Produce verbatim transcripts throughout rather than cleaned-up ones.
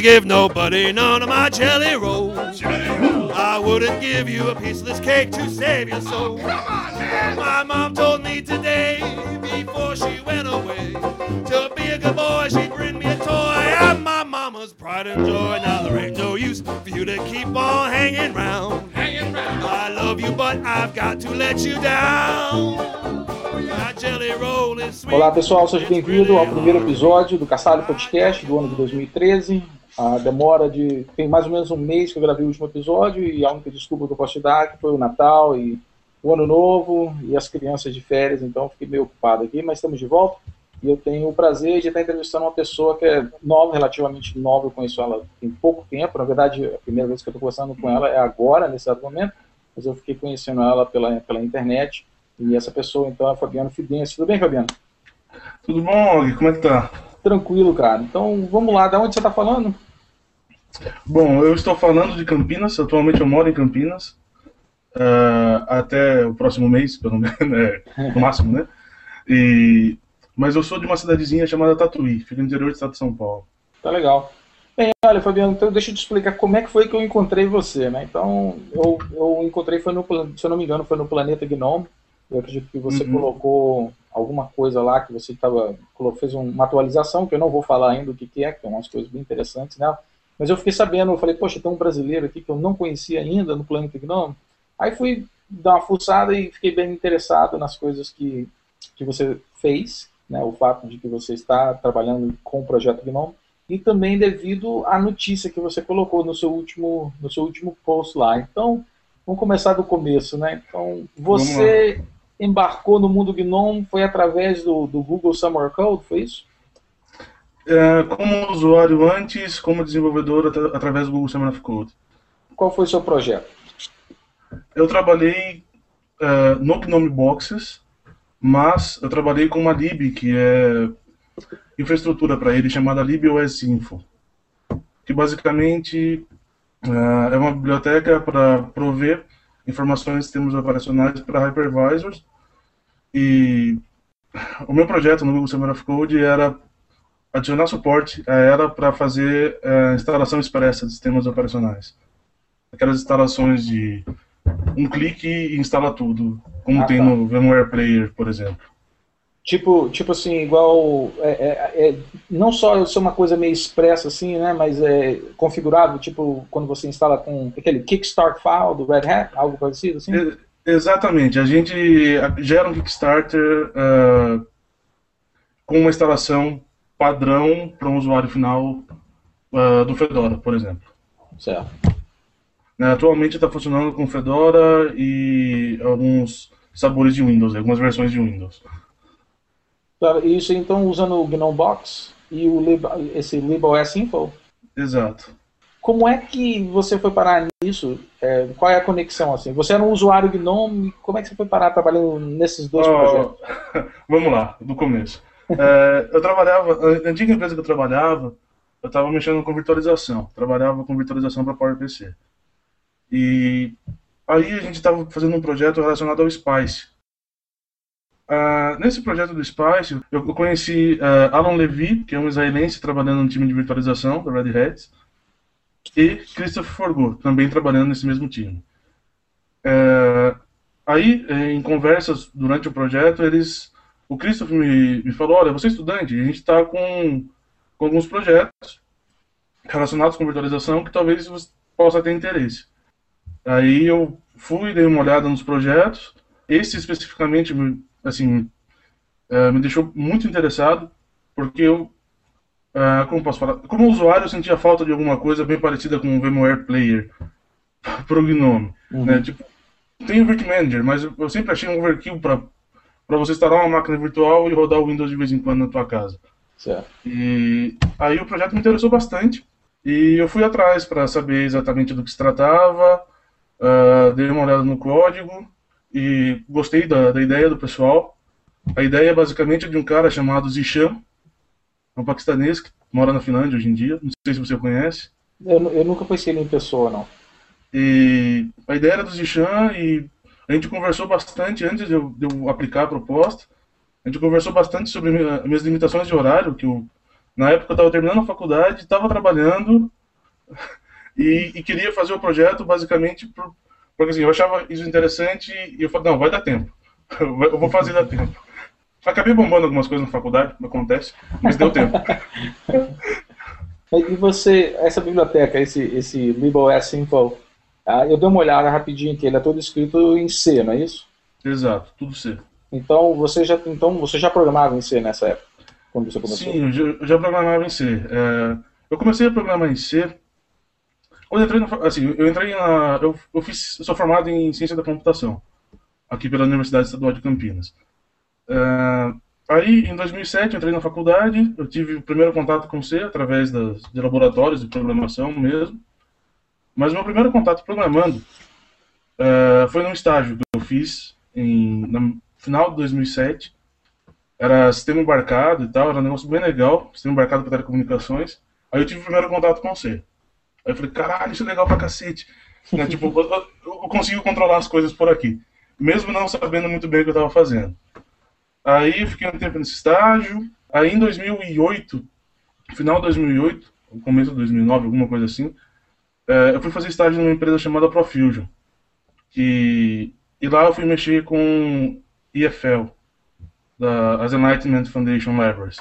give nobody none of my jelly rolls. I wouldn't give you a piece of this cake to save your soul. My mom told me today, before she went away, to be a good boy, she'd bring me a toy. I'm my mama's pride and joy. Now there ain't no use for you to keep on hanging round. Hanging round. I love you, but I've got to let you down. My jelly roll is sweet. Olá pessoal, seja bem-vindo ao primeiro episódio do Caçado Podcast do ano de dois mil e treze. A demora de... tem mais ou menos um mês que eu gravei o último episódio e a única desculpa que eu posso te dar é que foi o Natal e o Ano Novo e as crianças de férias, então fiquei meio ocupado aqui, mas estamos de volta e eu tenho o prazer de estar entrevistando uma pessoa que é nova, relativamente nova. Eu conheço ela tem pouco tempo, na verdade a primeira vez que eu estou conversando com ela é agora, nesse exato momento, mas eu fiquei conhecendo ela pela, pela internet e essa pessoa então é Fabiano Fidense. Tudo bem, Fabiano? Tudo bom, Og? Como é que tá? Tranquilo, cara. Então vamos lá, de onde você está falando? Bom, eu estou falando de Campinas, atualmente eu moro em Campinas, uh, até o próximo mês, pelo menos, né, no máximo, né? E, mas eu sou de uma cidadezinha chamada Tatuí, fica no interior do estado de São Paulo. Tá legal. Bem, olha, Fabiano, então deixa eu te explicar como é que foi que eu encontrei você, né? Então, eu, eu encontrei, foi no, se eu não me engano, foi no Planeta Gnome. Eu acredito que você uhum. colocou alguma coisa lá, que você tava, fez uma atualização, que eu não vou falar ainda o que, que é, que tem umas coisas bem interessantes, né? Mas eu fiquei sabendo, eu falei, poxa, tem um brasileiro aqui que eu não conhecia ainda no Planeta Gnome. Aí fui dar uma fuçada e fiquei bem interessado nas coisas que, que você fez, né? O fato de que você está trabalhando com o Projeto Gnome, e também devido à notícia que você colocou no seu último, no seu último post lá. Então, vamos começar do começo, né? Então, você embarcou no mundo Gnome, foi através do, do Google Summer Code, foi isso? É, como usuário antes, como desenvolvedor at- através do Google Summer of Code. Qual foi o seu projeto? Eu trabalhei uh, no Gnome Boxes, mas eu trabalhei com uma lib, que é infraestrutura para ele, chamada libOSInfo, que basicamente uh, é uma biblioteca para prover informações de sistemas operacionais para hypervisors. E o meu projeto no Google Summer of Code era adicionar suporte a ela para fazer a instalação expressa de sistemas operacionais. Aquelas instalações de um clique e instala tudo, como ah, tem tá. no VMware Player, por exemplo. Tipo, tipo assim, igual, é, é, é, não só ser uma coisa meio expressa assim, né, mas é configurável, tipo quando você instala com aquele Kickstart file do Red Hat, algo parecido assim? É, exatamente, a gente gera um Kickstarter uh, com uma instalação padrão para um usuário final uh, do Fedora, por exemplo. Certo. Uh, atualmente está funcionando com Fedora e alguns sabores de Windows, algumas versões de Windows. Isso então usando o Gnome Box e o lib, esse libOSInfo? Exato. Como é que você foi parar nisso? É, qual é a conexão assim? Você era um usuário Gnome, como é que você foi parar trabalhando nesses dois oh, projetos? Vamos lá, do começo. É, eu trabalhava, a antiga empresa que eu trabalhava, eu estava mexendo com virtualização, trabalhava com virtualização para PowerPC. E aí a gente estava fazendo um projeto relacionado ao Spice. Uh, nesse projeto do Spice, eu conheci uh, Alan Levy, que é um israelense trabalhando no time de virtualização da Red Hat, e Christopher Forgo, também trabalhando nesse mesmo time. Uh, aí, em conversas durante o projeto, eles... O Christopher me, me falou, olha, você é estudante, a gente está com, com alguns projetos relacionados com virtualização que talvez você possa ter interesse. Aí eu fui, dei uma olhada nos projetos. Esse especificamente, assim, uh, me deixou muito interessado, porque eu, uh, como posso falar, como usuário eu sentia falta de alguma coisa bem parecida com o VMware Player para o Gnome. Uhum. Né? Tipo, tem o Virt Manager, mas eu sempre achei um overkill para para você instalar uma máquina virtual e rodar o Windows de vez em quando na tua casa. Certo. E aí o projeto me interessou bastante e eu fui atrás para saber exatamente do que se tratava, uh, dei uma olhada no código e gostei da, da ideia do pessoal. A ideia é basicamente de um cara chamado Zishan, um paquistanês que mora na Finlândia hoje em dia, não sei se você conhece. Eu, eu nunca conheci ele em pessoa, não. E a ideia era do Zishan e a gente conversou bastante antes de eu, de eu aplicar a proposta. A gente conversou bastante sobre as minhas limitações de horário, que eu Na época eu estava terminando a faculdade, estava trabalhando e, e queria fazer o projeto basicamente por, porque assim, eu achava isso interessante e eu falei, não, vai dar tempo. Eu vou fazer dar tempo. Acabei bombando algumas coisas na faculdade, não acontece, mas deu tempo. E você, essa biblioteca, esse, esse LibreOS Info, ah, eu dei uma olhada rapidinho aqui, ele é todo escrito em C, não é isso? Exato, tudo C. Então você já, então, você já programava em C nessa época, quando você começou? Sim, eu já, eu já programava em C. É, eu comecei a programar em C quando eu entrei na, assim, eu entrei na, eu, eu fiz, eu sou formado em ciência da computação aqui pela Universidade Estadual de Campinas. É, aí, em dois mil e sete, eu entrei na faculdade, eu tive o primeiro contato com C através das, de laboratórios de programação mesmo. Mas o meu primeiro contato programando é, foi num estágio que eu fiz em, no final de dois mil e sete. Era sistema embarcado e tal, era um negócio bem legal, sistema embarcado para telecomunicações. Aí eu tive o primeiro contato com C. Aí eu falei, caralho, isso é legal pra cacete. Né? Tipo, eu, eu, eu consigo controlar as coisas por aqui, mesmo não sabendo muito bem o que eu estava fazendo. Aí eu fiquei um tempo nesse estágio. Aí em dois mil e oito, final de dois mil e oito, começo de dois mil e nove, alguma coisa assim, é, eu fui fazer estágio numa empresa chamada Profusion. Que, e lá eu fui mexer com I F L, da, as Enlightenment Foundation Libraries.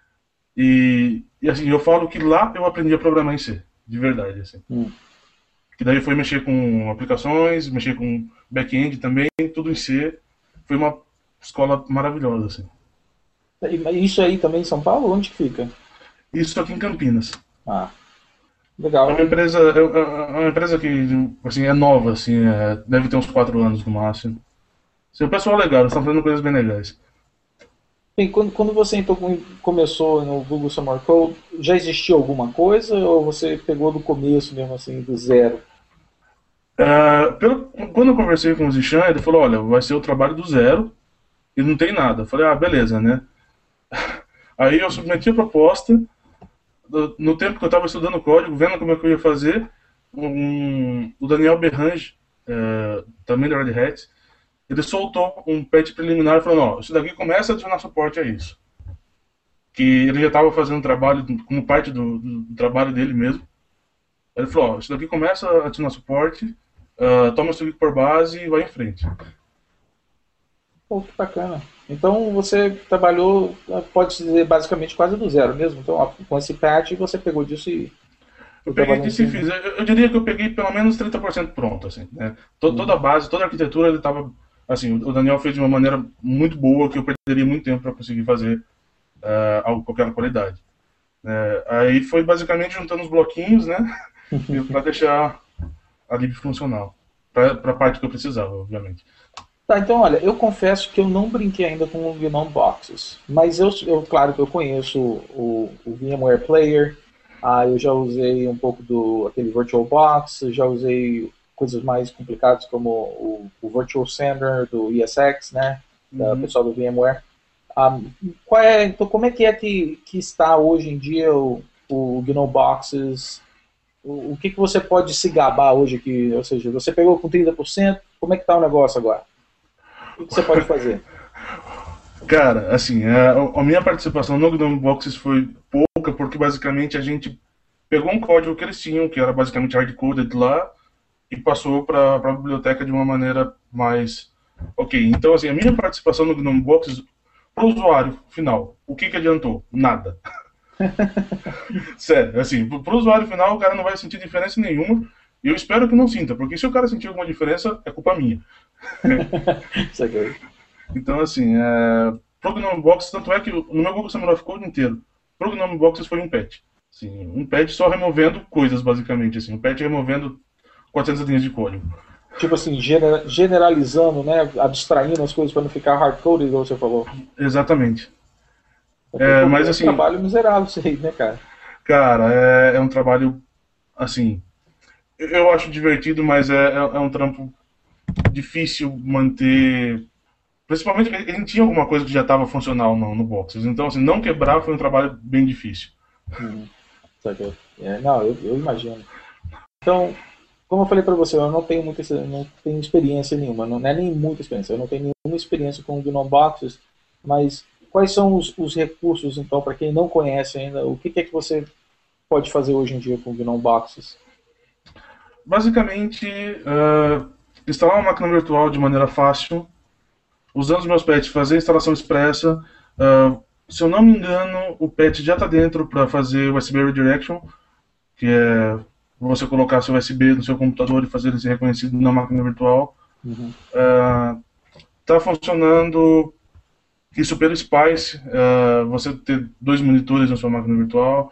E, e assim, eu falo que lá eu aprendi a programar em C, de verdade. Assim. Hum. Que daí foi mexer com aplicações, mexer com back-end também, tudo em C. Foi uma escola maravilhosa, assim. Isso aí também em São Paulo? Onde que fica? Isso aqui em Campinas. Ah, legal. É uma empresa, é uma empresa que assim, é nova, assim, é, deve ter uns quatro anos no máximo. Assim, o pessoal é legal, eles estão fazendo coisas bem legais. Bem, quando, quando você então começou no Google Summer Code, já existia alguma coisa ou você pegou do começo mesmo, assim, do zero? É, pelo, quando eu conversei com o Zichan, ele falou, olha, vai ser o trabalho do zero e não tem nada. Eu falei, ah, beleza, né? Aí eu submeti a proposta, no tempo que eu estava estudando código, vendo como é que eu ia fazer, um, o Daniel Berrange, é, também da Red Hat, ele soltou um patch preliminar falando, ó, isso daqui começa a adicionar suporte a isso. Que ele já estava fazendo trabalho, como parte do, do trabalho dele mesmo. Ele falou, ó, isso daqui começa a adicionar suporte, uh, toma isso aqui por base e vai em frente. Pô, que bacana. Então você trabalhou, pode dizer, basicamente quase do zero mesmo. Então, ó, com esse patch você pegou disso e... Eu peguei disso e fiz. Eu, eu diria que eu peguei pelo menos trinta por cento pronto, assim, né? Toda, toda a base, toda a arquitetura, ele estava... Assim, o Daniel fez de uma maneira muito boa, que eu perderia muito tempo para conseguir fazer uh, algo com aquela qualidade. Uh, aí foi basicamente juntando os bloquinhos, né? para deixar a lib funcional. Para a parte que eu precisava, obviamente. Tá, então olha, eu confesso que eu não brinquei ainda com o Gnome Boxes, mas eu, eu claro que eu conheço o, o VMware Player, ah, eu já usei um pouco do aquele VirtualBox, já usei coisas mais complicadas como o, o Virtual Sender do E S X, né, da uhum. pessoal do VMware. Ah, qual é, então como é que é que, que está hoje em dia o, o Gnome Boxes? O, o que, que você pode se gabar hoje aqui? Ou seja, você pegou com trinta por cento, como é que está o negócio agora? O que você pode fazer? Cara, assim, a, a minha participação no Gnome Boxes foi pouca, porque basicamente a gente pegou um código que eles tinham, que era basicamente hard-coded lá, e passou para a biblioteca de uma maneira mais... Ok, então assim, a minha participação no Gnome Boxes, para o usuário final, o que, que adiantou? Nada. Sério, assim, para o usuário final o cara não vai sentir diferença nenhuma, e eu espero que não sinta, porque se o cara sentir alguma diferença, é culpa minha. Então, assim, é... pro Gnome Boxes, tanto é que no meu Google Summer of Code inteiro, pro Gnome Boxes foi um patch. Assim, um patch só removendo coisas, basicamente. Assim, um patch removendo quatrocentas linhas de código. Tipo assim, generalizando, né? Abstraindo as coisas para não ficar hard-coded, igual você falou. Exatamente. É, mas, assim, é um trabalho miserável isso aí, né, cara? Cara, é, é um trabalho, assim... Eu acho divertido, mas é, é, é um trampo difícil manter... Principalmente porque a gente tinha alguma coisa que já estava funcional no, no Boxes. Então, assim, não quebrar foi um trabalho bem difícil. Hum, é, não, eu, eu imagino. Então, como eu falei para você, eu não tenho muita, não tenho experiência nenhuma. Não é nem muita experiência. Eu não tenho nenhuma experiência com o Gnome Boxes. Mas quais são os, os recursos, então, para quem não conhece ainda, o que, que é que você pode fazer hoje em dia com o Gnome Boxes? Basicamente, uh, instalar uma máquina virtual de maneira fácil, usando os meus patches, fazer a instalação expressa. Uh, se eu não me engano, o patch já está dentro para fazer U S B Redirection, que é você colocar seu U S B no seu computador e fazer ele ser reconhecido na máquina virtual. Uhum. Está uh, funcionando isso pelo Spice, uh, você ter dois monitores na sua máquina virtual,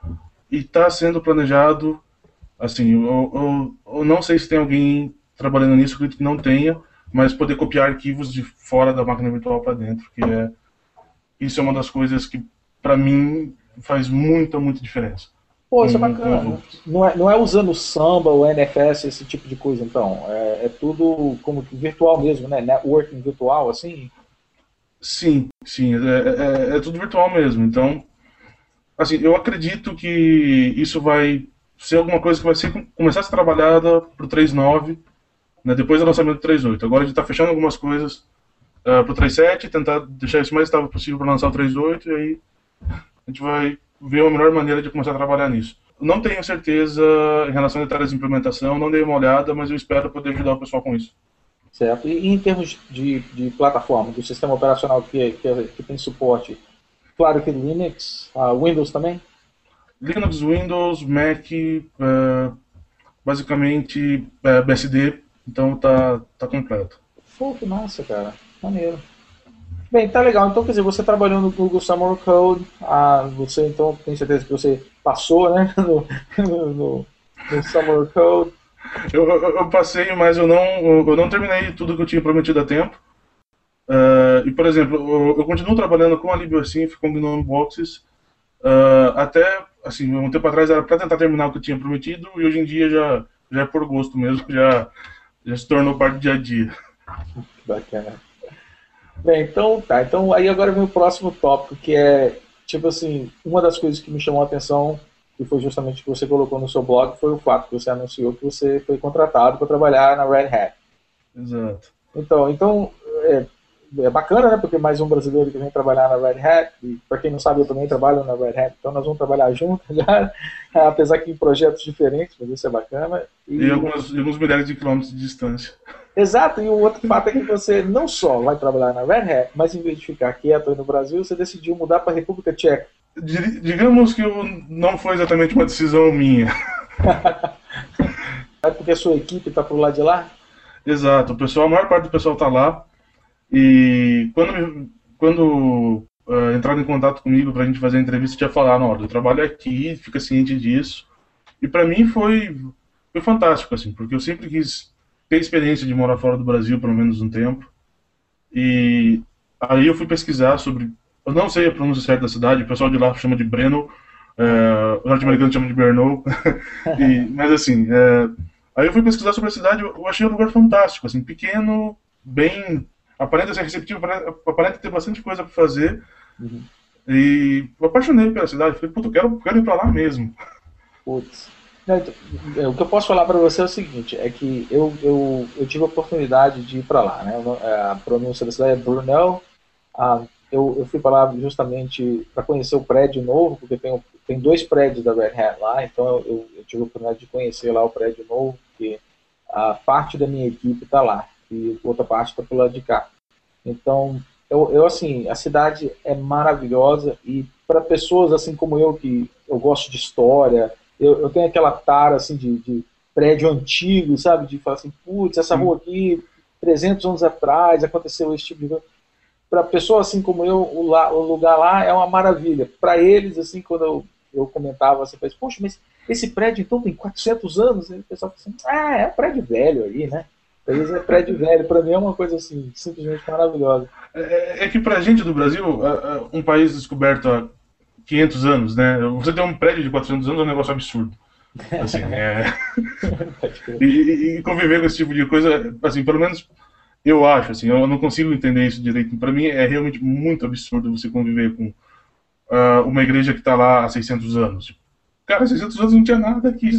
e está sendo planejado, assim, eu, eu, eu não sei se tem alguém trabalhando nisso, acredito que não tenha, mas poder copiar arquivos de fora da máquina virtual para dentro, que é, isso é uma das coisas que, para mim, faz muita, muita diferença. Pô, isso é bacana. Não é, não é usando Samba ou N F S, esse tipo de coisa, então. É, é tudo como virtual mesmo, né? Networking virtual, assim? Sim, sim. É, é, é tudo virtual mesmo. Então, assim, eu acredito que isso vai ser alguma coisa que vai ser, começar a ser trabalhada para o três ponto nove, né, depois do lançamento do três ponto oito. Agora a gente está fechando algumas coisas uh, para o três ponto sete, tentar deixar isso mais estável possível para lançar o três ponto oito, e aí a gente vai ver a melhor maneira de começar a trabalhar nisso. Não tenho certeza em relação a detalhes de implementação, não dei uma olhada, mas eu espero poder ajudar o pessoal com isso. Certo. E em termos de, de plataforma, do sistema operacional que, que, que tem suporte, claro que Linux, uh, Windows também? Linux, Windows, Mac, uh, basicamente uh, B S D, então tá, tá completo. Pô, que massa, cara. Maneiro. Bem, tá legal. Então, quer dizer, você trabalhou no Google Summer Code, ah, você então tem certeza que você passou, né, no, no, no Summer Code. Eu, eu, eu passei, mas eu não, eu não terminei tudo que eu tinha prometido a tempo. Uh, e, por exemplo, eu, eu continuo trabalhando com a LibreSynth, com Gnome Boxes, uh, até, assim, um tempo atrás era para tentar terminar o que eu tinha prometido, e hoje em dia já, já é por gosto mesmo, já, já se tornou parte do dia a dia. Bacana. Bem, então tá. Então aí agora vem o próximo tópico, que é, tipo assim, uma das coisas que me chamou a atenção, que foi justamente o que você colocou no seu blog, foi o fato que você anunciou que você foi contratado para trabalhar na Red Hat. Exato. Então, então é, é bacana, né? Porque mais um brasileiro que vem trabalhar na Red Hat, e para quem não sabe, eu também trabalho na Red Hat, então nós vamos trabalhar juntos já, apesar que em projetos diferentes, mas isso é bacana. E, e alguns, alguns milhares de quilômetros de distância. Exato, e o outro fato é que você não só vai trabalhar na Red Hat, mas em vez de ficar quieto aí no Brasil, você decidiu mudar para a República Tcheca. Digamos que não foi exatamente uma decisão minha. É porque a sua equipe está pro lado de lá? Exato, o pessoal, a maior parte do pessoal está lá. E quando, quando uh, entraram em contato comigo para a gente fazer a entrevista, eu tinha falado, não, eu trabalho aqui, fica ciente disso. E para mim foi, foi fantástico, assim, porque eu sempre quis ter experiência de morar fora do Brasil, pelo menos um tempo. E aí eu fui pesquisar sobre, eu não sei a pronúncia certa da cidade, o pessoal de lá chama de Brno, uh, os norte-americanos chamam de Brno, e, mas assim, uh, aí eu fui pesquisar sobre a cidade, eu achei um lugar fantástico, assim, pequeno, bem, aparenta ser receptivo, aparenta ter bastante coisa para fazer, uhum. E eu apaixonei pela cidade, falei, puta, eu quero, quero ir para lá mesmo. Putz. O que eu posso falar para você é o seguinte, é que eu, eu, eu tive a oportunidade de ir para lá, né? A pronúncia da cidade é Brno. Ah, eu, eu fui para lá justamente para conhecer o prédio novo, porque tem, tem dois prédios da Red Hat lá, então eu, eu tive a oportunidade de conhecer lá o prédio novo, porque a parte da minha equipe está lá, e outra parte está pro lado de cá. Então, eu, eu assim, a cidade é maravilhosa, e para pessoas assim como eu, que eu gosto de história, Eu, eu tenho aquela tara assim, de, de prédio antigo, sabe? De falar assim, putz, essa rua aqui, trezentos anos atrás, aconteceu esse tipo de coisa. Para pessoas assim como eu, o, lá, o lugar lá é uma maravilha. Para eles, assim, quando eu, eu comentava, assim, eu poxa, mas esse prédio então tem quatrocentos anos? E o pessoal fala assim, ah, é um prédio velho aí, né? Para eles é prédio velho. Para mim é uma coisa assim, simplesmente maravilhosa. É, é que pra gente do Brasil, um país descoberto há quinhentos anos, né? Você ter um prédio de quatrocentos anos é um negócio absurdo. Assim, é... e, e conviver com esse tipo de coisa, assim, pelo menos eu acho, assim, eu não consigo entender isso direito. Para mim é realmente muito absurdo você conviver com uh, uma igreja que está lá há seiscentos anos. Cara, seiscentos anos não tinha nada aqui.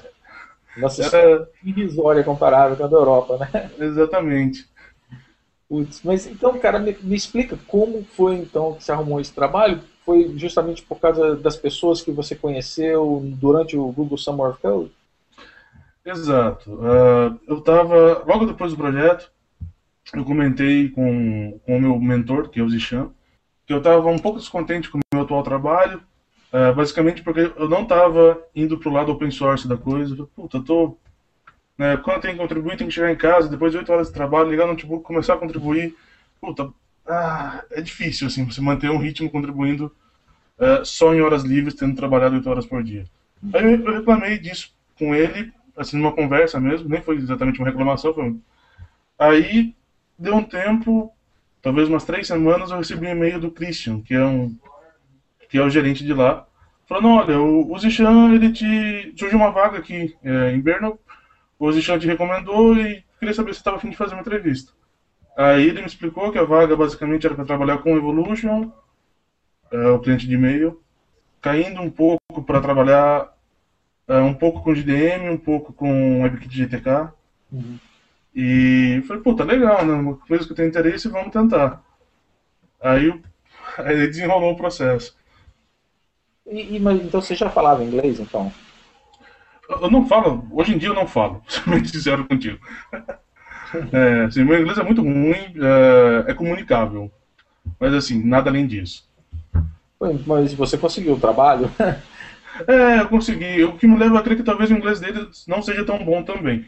Nossa, era irrisória comparável com a da Europa, né? Exatamente. Putz, mas então, cara, me, me explica como foi então que você arrumou esse trabalho? Foi justamente por causa das pessoas que você conheceu durante o Google Summer of Code? Exato. Uh, eu estava, logo depois do projeto, eu comentei com, com o meu mentor, que é o Zichan, que eu estava um pouco descontente com o meu atual trabalho, uh, basicamente porque eu não estava indo para o lado open source da coisa. Puta, eu tô, né, quando eu tenho que contribuir, tenho que chegar em casa, depois de oito horas de trabalho, ligar no notebook, começar a contribuir. Puta, ah, é difícil, assim, você manter um ritmo contribuindo uh, só em horas livres, tendo trabalhado oito horas por dia. Aí eu, eu reclamei disso com ele, assim, numa conversa mesmo, nem foi exatamente uma reclamação, foi um... Aí, deu um tempo, talvez umas três semanas, eu recebi um e-mail do Christian, que é um que é o gerente de lá, falando, olha, o, o Zichan, ele te... surgiu uma vaga aqui é, em Brno, o Zichan te recomendou e queria saber se estava a fim de fazer uma entrevista. Aí ele me explicou que a vaga basicamente era para trabalhar com Evolution, é, o cliente de e-mail, caindo um pouco para trabalhar é, um pouco com G D M, um pouco com WebKit G T K. Uhum. E falei, puta, legal, né? Uma coisa que eu tenho interesse, vamos tentar. Aí, aí desenrolou o processo. E, e, mas, então você já falava inglês, então? Eu, eu não falo, hoje em dia eu não falo, sou bem sincero contigo. É, assim, meu inglês é muito ruim, é, é comunicável. Mas assim, nada além disso. Mas você conseguiu o trabalho? É, eu consegui. O que me leva a crer que talvez o inglês dele não seja tão bom também.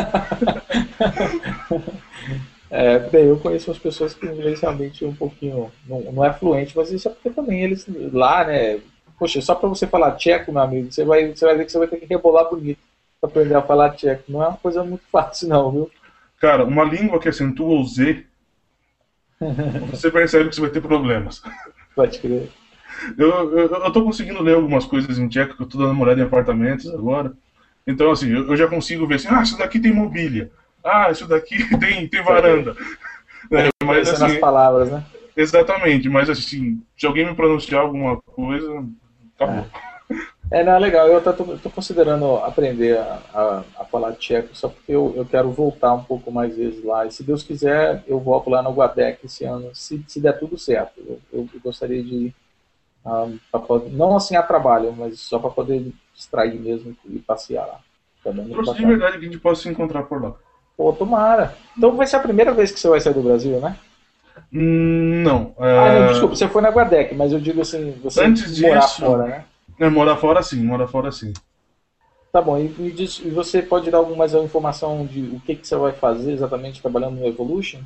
É, bem, eu conheço umas pessoas que o inglês realmente é um pouquinho, não, não é fluente, mas isso é porque também eles lá, né, poxa, só pra você falar tcheco, meu amigo, você vai, você vai ver que você vai ter que rebolar bonito pra aprender a falar tcheco, não é uma coisa muito fácil não, viu? Cara, uma língua que acentua o Z, você percebe que você vai ter problemas. Pode crer. Eu, eu, eu tô conseguindo ler algumas coisas em tcheco, que eu tô dando uma olhada em apartamentos agora. Então, assim, eu, eu já consigo ver assim, ah, isso daqui tem mobília. Ah, isso daqui tem, tem varanda. É, mas, assim, nas palavras, né? Exatamente, mas assim, se alguém me pronunciar alguma coisa, acabou. É, não, é legal. Eu tô, tô considerando aprender a, a, a falar tcheco, só porque eu, eu quero voltar um pouco mais vezes lá. E se Deus quiser, eu volto lá no Guadec esse ano, se, se der tudo certo. Eu, eu, eu gostaria de ir, um, pra poder, não assim a trabalho, mas só para poder distrair mesmo e passear lá. Trouxe de verdade que a gente possa se encontrar por lá. Pô, tomara. Então vai ser a primeira vez que você vai sair do Brasil, né? Hum, não. É... Ah, não, desculpa, você foi na Guadec, mas eu digo assim, você Antes morar disso, fora, né? É, morar fora sim, morar fora sim. Tá bom, e, e, diz, e você pode dar alguma mais informação de o que, que você vai fazer exatamente trabalhando no Evolution?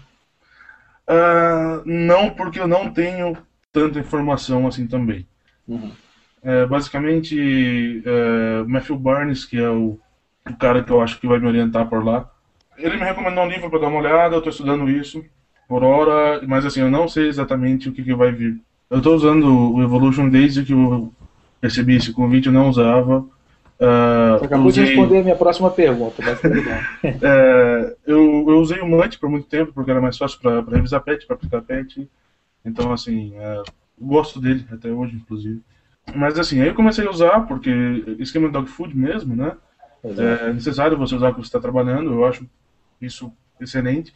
Uh, não, porque eu não tenho tanta informação assim também. Uhum. É, basicamente, é, Matthew Barnes, que é o, o cara que eu acho que vai me orientar por lá, ele me recomendou um livro para dar uma olhada, eu estou estudando isso por hora, mas assim, eu não sei exatamente o que, que vai vir. Eu estou usando o Evolution desde que eu recebi esse convite, eu não usava. Uh, Você acabou usei... de responder a minha próxima pergunta, mas tudo bem. é, eu, eu usei o Mut por muito tempo, porque era mais fácil para revisar patch, para aplicar patch. Então, assim, é, gosto dele até hoje, inclusive. Mas assim, aí eu comecei a usar, porque esquema de dog food mesmo, né? É necessário você usar o que você está trabalhando, eu acho isso excelente.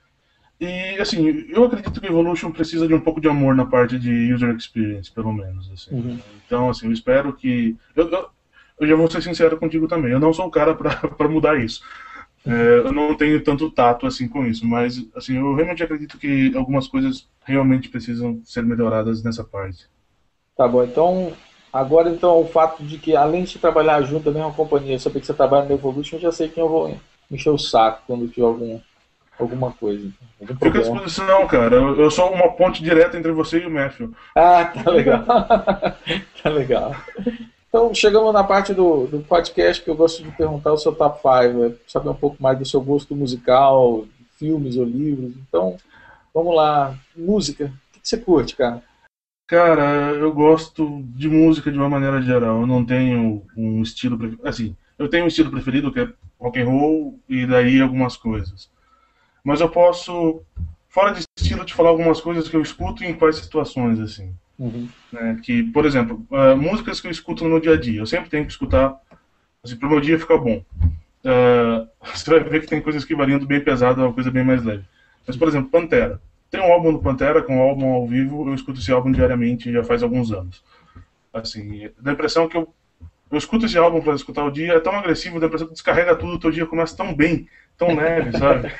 E assim, eu acredito que o Evolution precisa de um pouco de amor na parte de user experience, pelo menos. Assim. Uhum. Então, assim, eu espero que... Eu, eu, eu já vou ser sincero contigo também, eu não sou o cara para mudar isso. É, eu não tenho tanto tato assim com isso, mas assim, eu realmente acredito que algumas coisas realmente precisam ser melhoradas nessa parte. Tá bom, então agora então o fato de que além de trabalhar junto da mesma companhia, eu saber que você trabalha no Evolution, eu já sei quem eu vou encher o saco quando tiver algum, alguma coisa. Algum Fica à disposição, cara, eu, eu sou uma ponte direta entre você e o Matthew. Ah, tá legal. Tá legal. Então, chegamos na parte do, do podcast que eu gosto de perguntar o seu top cinco, saber um pouco mais do seu gosto musical, filmes ou livros. Então, vamos lá. Música. O que você curte, cara? Cara, eu gosto de música de uma maneira geral. Eu não tenho um estilo preferido. Assim, eu tenho um estilo preferido que é rock and roll e daí algumas coisas. Mas eu posso, fora de estilo, te falar algumas coisas que eu escuto e em quais situações, assim. Uhum. Né, que, por exemplo, uh, músicas que eu escuto no meu dia a dia. Eu sempre tenho que escutar, assim, para o meu dia ficar bom. Uh, você vai ver que tem coisas que variam do bem pesado a uma coisa bem mais leve. Mas, por exemplo, Pantera. Tem um álbum do Pantera, que é um álbum ao vivo, eu escuto esse álbum diariamente já faz alguns anos. Assim, dá a impressão que eu, eu escuto esse álbum para escutar o dia, é tão agressivo, dá a impressão que descarrega tudo, o teu dia começa tão bem, tão leve, sabe?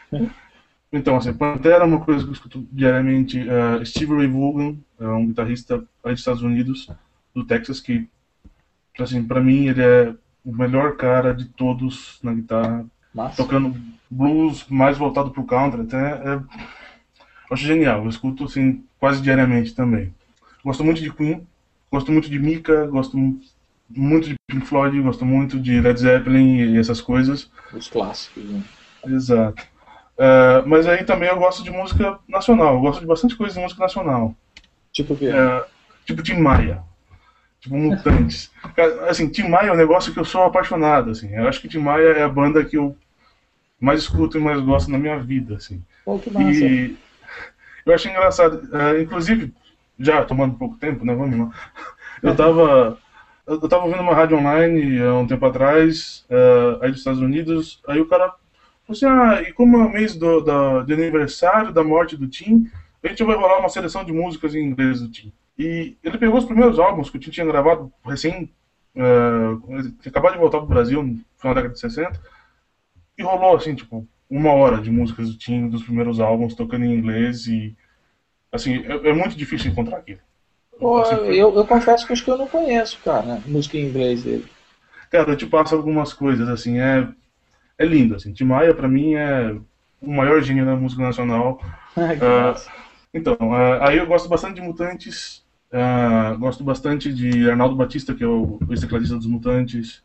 Então, assim, Pantera é uma coisa que eu escuto diariamente. Uh, Steve Ray Vaughan é um guitarrista aí dos Estados Unidos, do Texas, que, assim, pra mim ele é o melhor cara de todos na guitarra. Massa. Tocando blues mais voltado pro country, até é, eu acho genial, eu escuto assim quase diariamente também. Gosto muito de Queen, gosto muito de Mika, gosto muito de Pink Floyd, gosto muito de Led Zeppelin e essas coisas. Os clássicos, né? Exato. Uh, mas aí também eu gosto de música nacional, eu gosto de bastante coisa de música nacional. Tipo o quê? Uh, tipo Tim Maia. Tipo, Mutantes. Cara, assim, Tim Maia é um negócio que eu sou apaixonado, assim. Eu acho que Tim Maia é a banda que eu mais escuto e mais gosto na minha vida, assim. Pô, que massa. E eu acho engraçado. Uh, inclusive, já tomando pouco tempo, né? Vamos lá. Eu tava, eu tava ouvindo uma rádio online há um tempo atrás, uh, aí dos Estados Unidos, aí o cara falou assim, ah, e como é o mês do, da, de aniversário da morte do Tim, a gente vai rolar uma seleção de músicas em inglês do Tim. E ele pegou os primeiros álbuns que o Tim tinha gravado recém, uh, tinha acabado de voltar pro Brasil no final da década de sessenta, e rolou assim, tipo, uma hora de músicas do Tim, dos primeiros álbuns, tocando em inglês, e assim, é, é muito difícil encontrar aquilo. Pô, assim, eu, eu confesso que acho que eu não conheço, cara, música em inglês dele. Cara, eu te passo algumas coisas, assim, é, é lindo, assim, Tim Maia pra mim é o maior gênio da música nacional. uh, então, uh, aí eu gosto bastante de Mutantes. Uh, gosto bastante de Arnaldo Batista, que é o ex-tecladista dos Mutantes.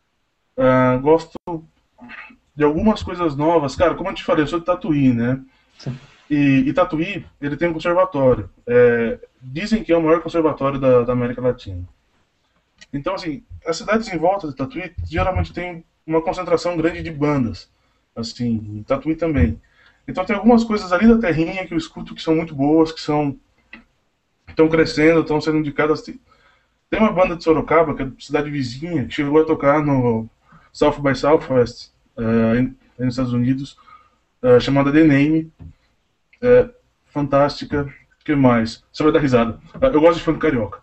Uh, gosto de algumas coisas novas. Cara, como eu te falei, eu sou de Tatuí, né? E, e Tatuí, ele tem um conservatório. É, dizem que é o maior conservatório da, da América Latina. Então, assim, as cidades em volta de Tatuí geralmente tem uma concentração grande de bandas. Assim, em Tatuí também. Então tem algumas coisas ali da terrinha que eu escuto que são muito boas, que são... estão crescendo, estão sendo indicadas. Tem uma banda de Sorocaba, que é cidade vizinha, que chegou a tocar no South by Southwest, uh, nos Estados Unidos, uh, chamada The Name. É, fantástica. O que mais? Você vai dar risada. Uh, eu gosto de funk carioca.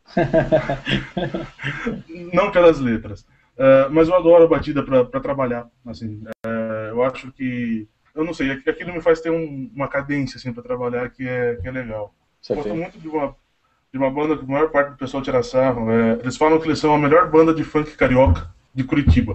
Não pelas letras. Uh, mas eu adoro a batida para trabalhar. Assim, uh, eu acho que... Eu não sei, aquilo me faz ter um, uma cadência assim, para trabalhar que é, que é legal. Eu gosto muito de uma, de uma banda que a maior parte do pessoal tira sarro. É, eles falam que eles são a melhor banda de funk carioca de Curitiba.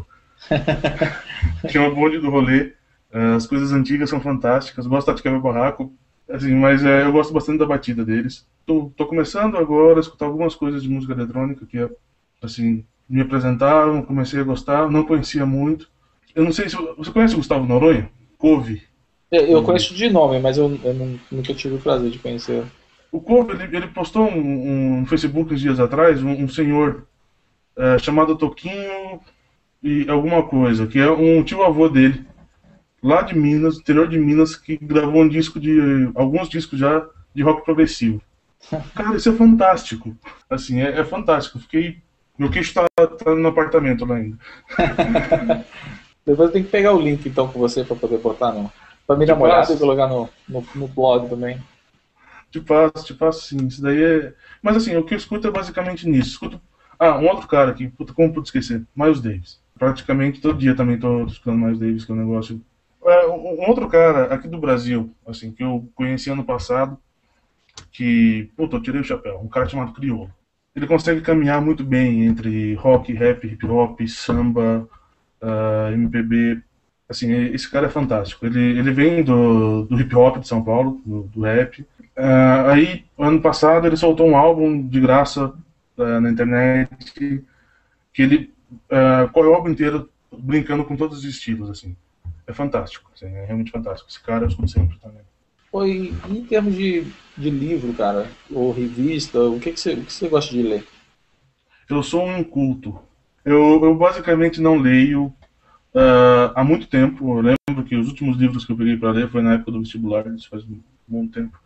Chama Bonde do Rolê. É, as coisas antigas são fantásticas. Gosto de Quebra Barraco. Assim, mas é, eu gosto bastante da batida deles. Tô, tô começando agora a escutar algumas coisas de música eletrônica que assim, me apresentaram, comecei a gostar. Não conhecia muito. Eu não sei se... Você conhece o Gustavo Noronha? Couve. Eu conheço de nome, mas eu, eu não, nunca tive o prazer de conhecer. O Couve, ele, ele postou um, um Facebook uns dias atrás, um, um senhor é, chamado Toquinho e alguma coisa, que é um tio-avô dele, lá de Minas, interior de Minas, que gravou um disco de... alguns discos já de rock progressivo. Cara, isso é fantástico. Assim, é, é fantástico. Fiquei... Meu queixo tá, tá no apartamento lá ainda. Depois eu tenho que pegar o link então com você para poder botar no... Pra me dar uma olhada e colocar no, no, no blog também. Te passo, te passo sim. Isso daí é... Mas assim, o que eu escuto é basicamente nisso. Escuto... Ah, um outro cara aqui, puta, como pude esquecer? Miles Davis. Praticamente todo dia também tô escutando Miles Davis, que é um negócio... É, um outro cara aqui do Brasil, assim, que eu conheci ano passado, que, puta, eu tirei o chapéu. Um cara chamado Criolo. Ele consegue caminhar muito bem entre rock, rap, hip hop, samba, uh, M P B... Assim, esse cara é fantástico. Ele, ele vem do, do hip hop de São Paulo, do, do rap. Uh, aí, ano passado, ele soltou um álbum de graça uh, na internet, que ele uh, corre o álbum inteiro brincando com todos os estilos, assim. É fantástico, assim, é realmente fantástico. Esse cara eu escuto sempre também. Oi, em termos de, de livro, cara, ou revista, o que, que, você, o que você gosta de ler? Eu sou um inculto. Eu, eu basicamente não leio Uh, há muito tempo. Eu lembro que os últimos livros que eu peguei para ler foi na época do vestibular, isso faz um bom tempo.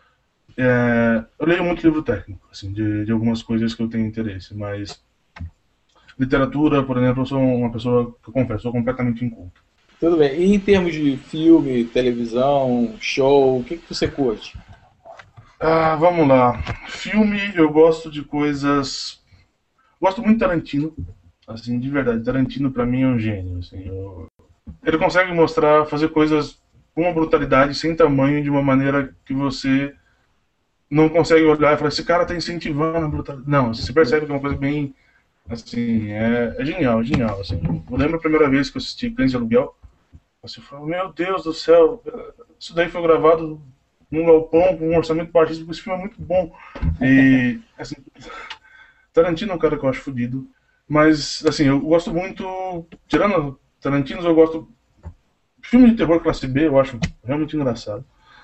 É, eu leio muito livro técnico, assim, de, de algumas coisas que eu tenho interesse, mas literatura, por exemplo, eu sou uma pessoa que eu confesso, sou completamente inculto. Tudo bem. E em termos de filme, televisão, show, o que, que você curte? Ah, vamos lá. Filme, eu gosto de coisas... Gosto muito de Tarantino. Assim, de verdade. Tarantino, pra mim, é um gênio. Assim, eu... Ele consegue mostrar, fazer coisas com uma brutalidade sem tamanho, de uma maneira que você não consegue olhar e falar, esse cara tá incentivando a brutalidade. Não, você percebe que é uma coisa bem... Assim, é, é genial, é genial. Assim. Eu lembro a primeira vez que eu assisti Cães de Aluguel. Você fala, meu Deus do céu, isso daí foi gravado num galpão com um orçamento baixíssimo, esse filme é muito bom. E, assim, Tarantino é um cara que eu acho fodido. Mas, assim, eu gosto muito, tirando Tarantino, eu gosto... Filme de terror classe B, eu acho realmente engraçado.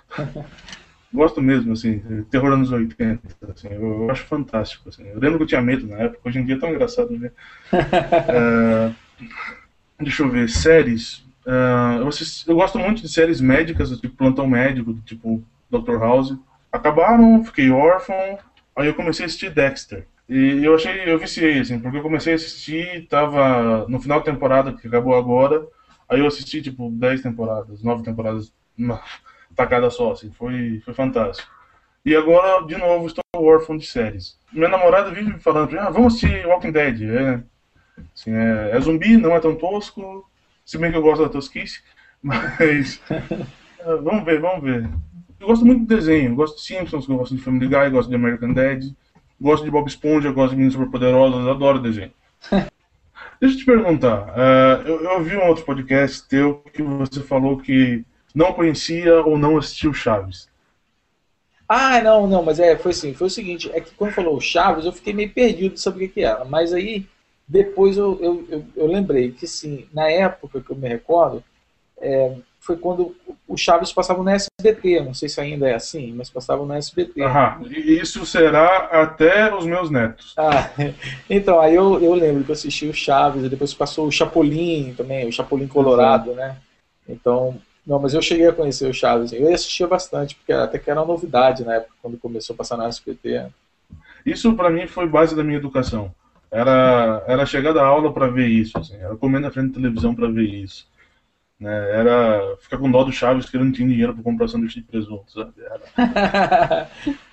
Gosto mesmo, assim, terror anos oitenta, assim, eu, eu acho fantástico. Assim. Eu lembro que eu tinha medo na época, hoje em dia é tão engraçado ver. É, deixa eu ver, séries... Uh, eu, assisti, eu gosto muito de séries médicas, do tipo Plantão Médico, do tipo doutor House. Acabaram, fiquei órfão, aí eu comecei a assistir Dexter. E eu achei, eu viciei, assim, porque eu comecei a assistir, tava no final da temporada, que acabou agora, aí eu assisti, tipo, dez temporadas, nove temporadas, uma tacada só, assim, foi, foi fantástico. E agora, de novo, estou órfão de séries. Minha namorada vive me falando, ah, vamos assistir Walking Dead, é, assim, é, é zumbi, não é tão tosco... Se bem que eu gosto da tosquice, mas vamos ver, vamos ver. Eu gosto muito de desenho, gosto de Simpsons, gosto de Family Guy, gosto de American Dad, gosto de Bob Esponja, gosto de Meninas Superpoderosas, adoro desenho. Deixa eu te perguntar, uh, eu, eu vi um outro podcast teu que você falou que não conhecia ou não assistiu Chaves. Ah, não, não, mas é, foi assim, foi o seguinte, é que quando falou Chaves, eu fiquei meio perdido de saber o que, que era, mas aí... Depois eu, eu, eu, eu lembrei que, sim, na época que eu me recordo, é, foi quando o Chaves passava no S B T, não sei se ainda é assim, mas passava no S B T. Aham, e isso será até os meus netos. Ah, então, aí eu, eu lembro que eu assisti o Chaves, e depois passou o Chapolin também, o Chapolin Colorado, uhum. né? Então, não, mas eu cheguei a conhecer o Chaves, eu assistia bastante, porque até que era uma novidade na época, quando começou a passar no S B T. Isso, pra mim, foi base da minha educação. Era, era chegar da aula para ver isso, assim, era comer na frente da televisão para ver isso. Né? Era ficar com dó do Chaves que ele não tinha dinheiro para comprar sanduíche de presunto, sabe? Era...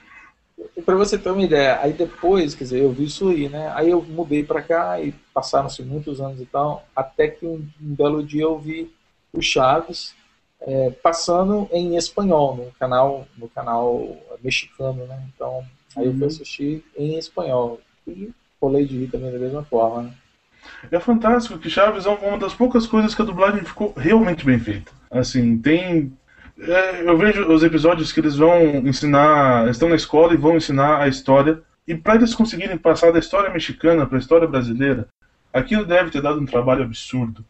Para você ter uma ideia, aí depois, quer dizer, eu vi isso aí, né? Aí eu mudei para cá e passaram-se muitos anos e tal, até que um, um belo dia eu vi o Chaves é, passando em espanhol no canal, no canal mexicano, né? Então, aí eu fui assistir em espanhol e colei de rir também da mesma forma, né? É fantástico que Chaves é uma das poucas coisas que a dublagem ficou realmente bem feita. Assim, tem... É, eu vejo os episódios que eles vão ensinar... Eles estão na escola e vão ensinar a história. E para eles conseguirem passar da história mexicana para a história brasileira, aquilo deve ter dado um trabalho absurdo.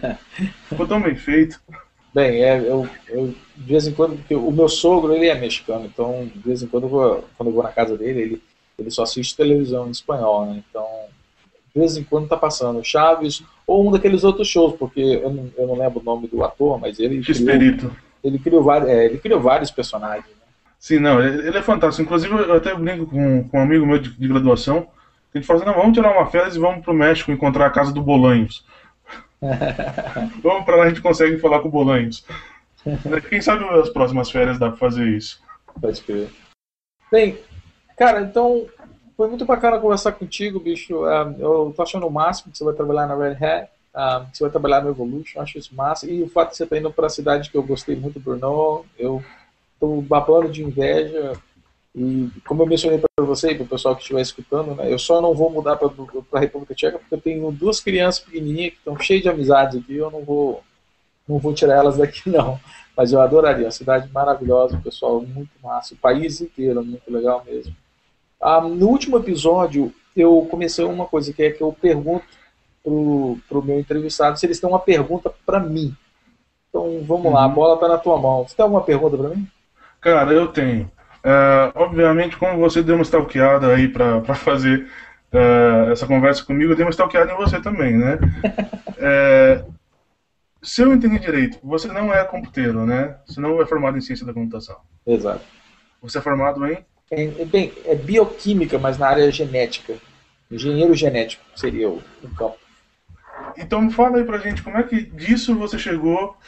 Ficou tão bem feito. Bem, é, eu, eu de vez em quando... Porque o meu sogro, ele é mexicano, então de vez em quando, eu vou, quando eu vou na casa dele, ele... Ele só assiste televisão em espanhol, né? Então, de vez em quando tá passando Chaves ou um daqueles outros shows, porque eu não, eu não lembro o nome do ator, mas ele criou, ele criou, vários, é, ele criou vários personagens. Né? Sim, não, ele, ele é fantástico. Inclusive, eu até brinco com, com um amigo meu de, de graduação, que a gente fala assim, não, vamos tirar uma férias e vamos pro México encontrar a casa do Bolanhos. Vamos pra lá, a gente consegue falar com o Bolanhos. Quem sabe as próximas férias dá pra fazer isso. Pode crer. Bem... Cara, então, foi muito bacana conversar contigo, bicho. Uh, eu tô achando o máximo que você vai trabalhar na Red Hat, uh, que você vai trabalhar no Evolution, acho isso massa. E o fato de você estar indo para a cidade que eu gostei muito, Brno, eu tô babando de inveja. E como eu mencionei para você e para o pessoal que estiver escutando, né, eu só não vou mudar para a República Tcheca porque eu tenho duas crianças pequenininhas que estão cheias de amizades aqui, eu não vou, não vou tirar elas daqui não. Mas eu adoraria, uma cidade maravilhosa, o pessoal muito massa, o país inteiro, muito legal mesmo. Ah, no último episódio, eu comecei uma coisa que é que eu pergunto pro, pro meu entrevistado se eles têm uma pergunta para mim. Então, vamos uhum. lá, a bola tá na tua mão. Você tem alguma pergunta para mim? Cara, eu tenho. Uh, obviamente, como você deu uma stalkeada aí para fazer uh, essa conversa comigo, eu dei uma stalkeada em você também, né? uh, se eu entendi direito, você não é computeiro, né? Você não é formado em ciência da computação. Exato. Você é formado em? É, bem, é bioquímica, mas na área genética. Engenheiro genético seria o, o campo. então me fala aí pra gente, como é que disso você chegou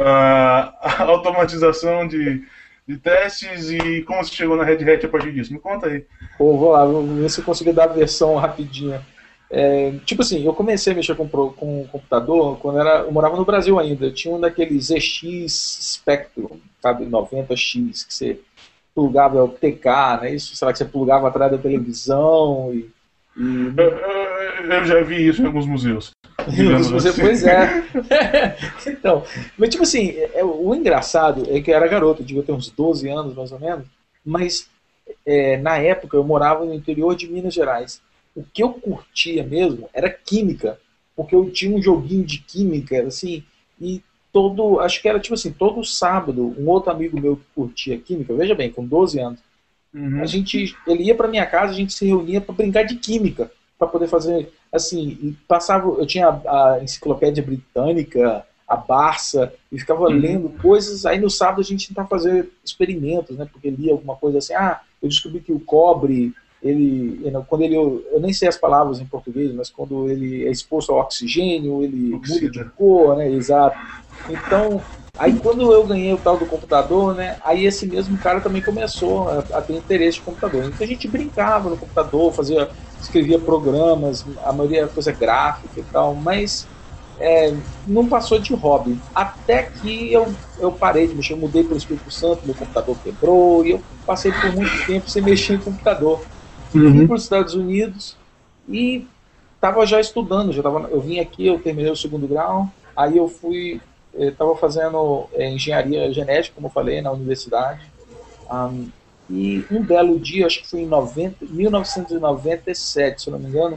à uh, automatização de, de testes e como você chegou na Red Hat a partir disso? Me conta aí. Pô, vou lá, vou ver se eu consigo dar a versão rapidinha. É, tipo assim, eu comecei a mexer com, com o computador quando era, eu morava no Brasil ainda. Eu tinha um daqueles Z X Spectrum, sabe, noventa X, que você plugava o T K, né? Isso, sei lá, que você plugava atrás da televisão e... e... Eu, eu já vi isso em alguns museus. Você, assim. Pois é. Então, mas tipo assim, é, o engraçado é que eu era garoto, eu devia ter uns doze anos mais ou menos, mas é, na época eu morava no interior de Minas Gerais. O que eu curtia mesmo era química, porque eu tinha um joguinho de química, assim, e todo, acho que era tipo assim, todo sábado, um outro amigo meu que curtia química, veja bem, com doze anos, uhum. a gente, ele ia pra minha casa, a gente se reunia para brincar de química, para poder fazer, assim, passava, eu tinha a, a enciclopédia britânica, a Barça, e ficava uhum. lendo coisas, aí no sábado a gente tentava fazer experimentos, né, porque lia alguma coisa assim, ah, eu descobri que o cobre, ele, quando ele, eu nem sei as palavras em português, mas quando ele é exposto ao oxigênio, ele Oxida. muda de cor, né, exato. Então, aí quando eu ganhei o tal do computador, né, aí esse mesmo cara também começou a, a ter interesse em computador. Então a gente brincava no computador, fazia, escrevia programas, a maioria era coisa gráfica e tal, mas é, não passou de hobby. Até que eu, eu parei de mexer, eu mudei para o Espírito Santo, meu computador quebrou, e eu passei por muito tempo sem mexer em computador. Uhum. Vim para os Estados Unidos e estava já estudando, já tava, eu vim aqui, eu terminei o segundo grau, aí eu fui, estava fazendo é, engenharia genética, como eu falei, na universidade, um, e um belo dia, acho que foi em noventa, mil novecentos e noventa e sete, se eu não me engano,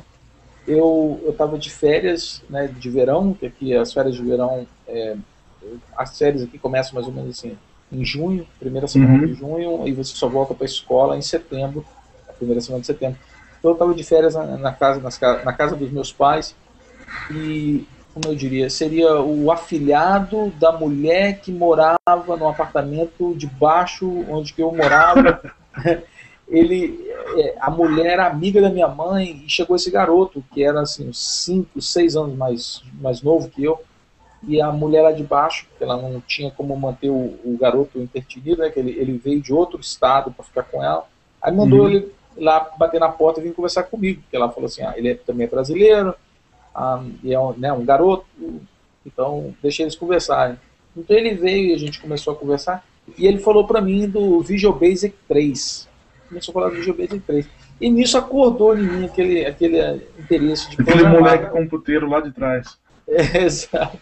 eu estava de férias, né, de verão, que aqui as férias de verão, é, as férias aqui começam mais ou menos assim, em junho, primeira semana uhum. de junho, e você só volta para a escola em setembro, primeira semana de setembro. Então eu estava de férias na, na, casa, nas, na casa dos meus pais e, como eu diria, seria o afilhado da mulher que morava no apartamento de baixo onde que eu morava. Ele, a mulher era amiga da minha mãe e chegou esse garoto que era assim uns cinco, seis anos mais, mais novo que eu, e a mulher lá de baixo, ela não tinha como manter o, o garoto intertinido, né, que ele, ele veio de outro estado para ficar com ela, aí mandou uhum. ele lá bater na porta e vir conversar comigo, porque ela falou assim, ah, ele é, também é brasileiro, ah, e é um, né, um garoto, então deixa eles conversarem. Então ele veio e a gente começou a conversar, e ele falou para mim do Visual Basic três, começou a falar do Visual Basic três, e nisso acordou em mim aquele, aquele interesse de aquele programar. Moleque computeiro lá de trás. É, exato.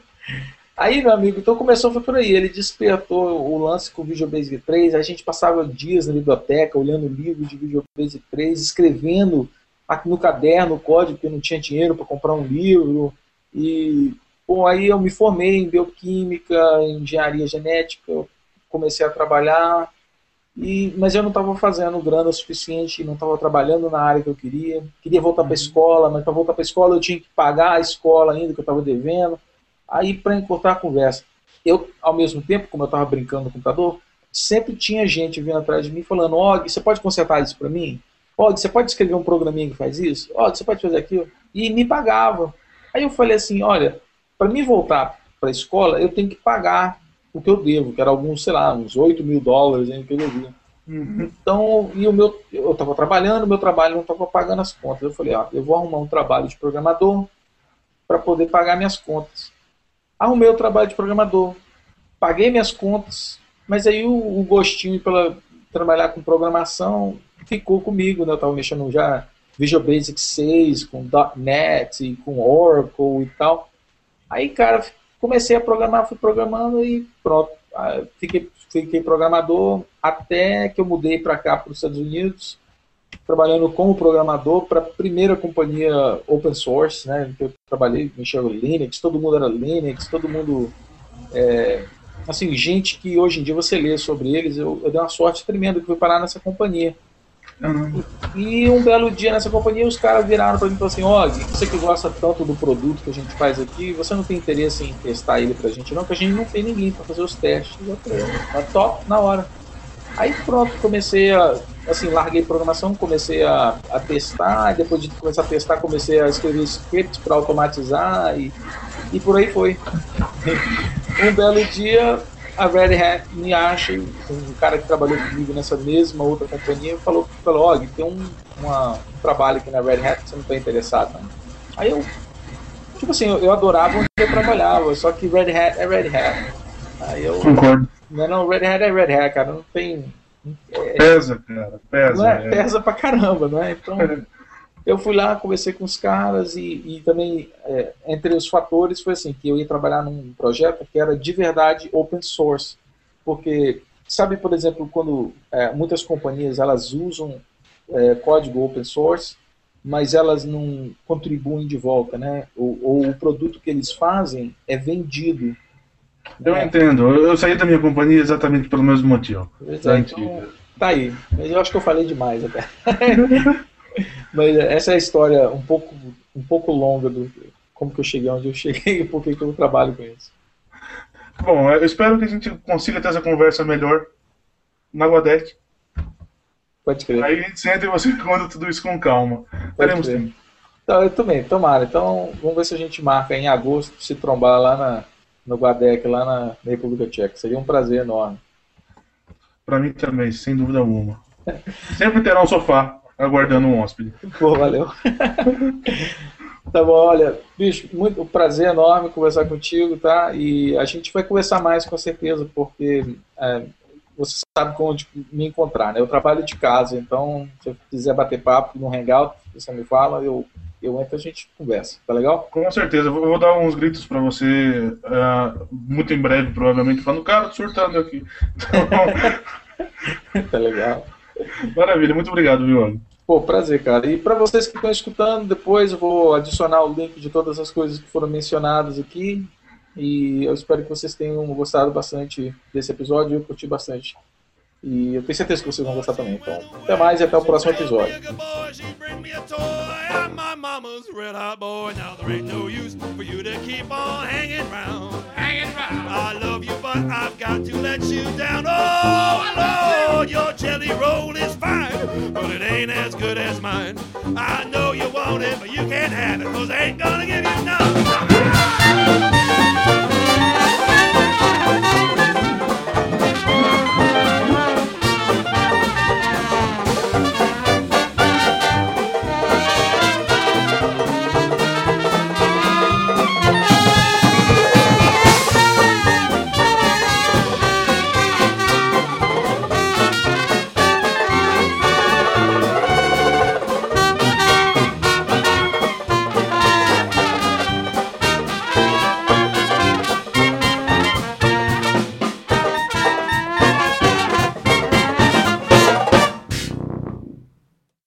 Aí, meu amigo, então começou, foi por aí, ele despertou o lance com o Visual Basic três, a gente passava dias na biblioteca, olhando livros de Visual Basic três, escrevendo aqui no caderno o código, porque eu não tinha dinheiro para comprar um livro, e, bom, aí eu me formei em bioquímica, em engenharia genética, comecei a trabalhar, e, mas eu não estava fazendo grana suficiente, não estava trabalhando na área que eu queria, queria voltar para a escola, mas para voltar para a escola eu tinha que pagar a escola ainda, que eu estava devendo. Aí, para encurtar a conversa, eu, ao mesmo tempo, como eu estava brincando no computador, sempre tinha gente vindo atrás de mim falando, Og, você pode consertar isso para mim? Og, você pode escrever um programinha que faz isso? Og, você pode fazer aquilo? E me pagava. Aí eu falei assim, olha, para mim voltar para a escola, eu tenho que pagar o que eu devo, que era alguns, sei lá, uns oito mil dólares hein, que eu devia. Uhum. Então, e o meu, eu estava trabalhando, o meu trabalho não estava pagando as contas. Eu falei, ó, eu vou arrumar um trabalho de programador para poder pagar minhas contas. Arrumei o trabalho de programador, paguei minhas contas, mas aí o, o gostinho pela trabalhar com programação ficou comigo, né? Eu estava mexendo já Visual Basic seis, com .NET, com Oracle e tal. Aí, cara, comecei a programar, fui programando e pronto. Fiquei, fiquei programador até que eu mudei para cá, para os Estados Unidos, trabalhando como programador para a primeira companhia open source, né, que eu trabalhei, mexia com Linux, todo mundo era Linux, todo mundo, é, assim, gente que hoje em dia você lê sobre eles, eu, eu dei uma sorte tremenda que fui parar nessa companhia. Uhum. E, e um belo dia nessa companhia os caras viraram para mim e falaram assim, Og, você que gosta tanto do produto que a gente faz aqui, você não tem interesse em testar ele pra gente não, que a gente não tem ninguém para fazer os testes. Eu falei, tá top, na hora. Aí pronto, comecei a assim, larguei programação, comecei a, a testar, e depois de começar a testar, comecei a escrever scripts para automatizar e, e por aí foi. Um belo dia, a Red Hat me acha, um cara que trabalhou comigo nessa mesma outra companhia, falou, falou, Og, tem um, uma, um trabalho aqui na Red Hat, você não está interessado, não? Aí eu, tipo assim, eu, eu adorava onde eu trabalhava, só que Red Hat é Red Hat. Aí eu, Concordo. Não, não, Red Hat é Red Hat, cara, não tem... É, pesa, cara, pesa. Não é, é. Pesa pra caramba, né? Então, eu fui lá, conversei com os caras e, e também, é, entre os fatores, foi assim, que eu ia trabalhar num projeto que era de verdade open source. Porque, sabe, por exemplo, quando é, muitas companhias, elas usam é, código open source, mas elas não contribuem de volta, né? Ou, ou o produto que eles fazem é vendido. Eu né? entendo, eu saí da minha companhia exatamente pelo mesmo motivo. É, então, tá aí, mas eu acho que eu falei demais até. Mas essa é a história um pouco, um pouco longa do como que eu cheguei onde eu cheguei e por que eu trabalho com isso. Bom, eu espero que a gente consiga ter essa conversa melhor na Guadec. Pode crer. Aí a gente senta e você conta tudo isso com calma. Teremos tempo. Então, eu também, tomara. Então, vamos ver se a gente marca em agosto, se trombar lá na, no Guadec, lá na, na República Tcheca. Seria um prazer enorme. Pra mim também, sem dúvida alguma. Sempre terá um sofá aguardando um hóspede. Pô, valeu. Tá bom, olha, bicho, muito um prazer enorme conversar contigo, tá? E a gente vai conversar mais com certeza, porque é, você sabe onde me encontrar, né? Eu trabalho de casa, então se eu quiser bater papo no Hangout, você me fala, eu, eu entro e a gente conversa, tá legal? Com certeza, eu vou, vou dar uns gritos pra você uh, muito em breve, provavelmente, falando, cara, tô surtando aqui. Então... Tá legal. Maravilha, muito obrigado, viu, Olho? Pô, prazer, cara. E para vocês que estão escutando, depois eu vou adicionar o link de todas as coisas que foram mencionadas aqui. E eu espero que vocês tenham gostado bastante desse episódio. Eu curti bastante. E eu tenho certeza que vocês vão gostar também. Então, até mais e até o próximo episódio. I love you, but I've got to let you down. Oh, Lord, your jelly roll is fine, but it ain't as good as mine. I know you want it, but you can't have it, 'cause I ain't gonna give you none.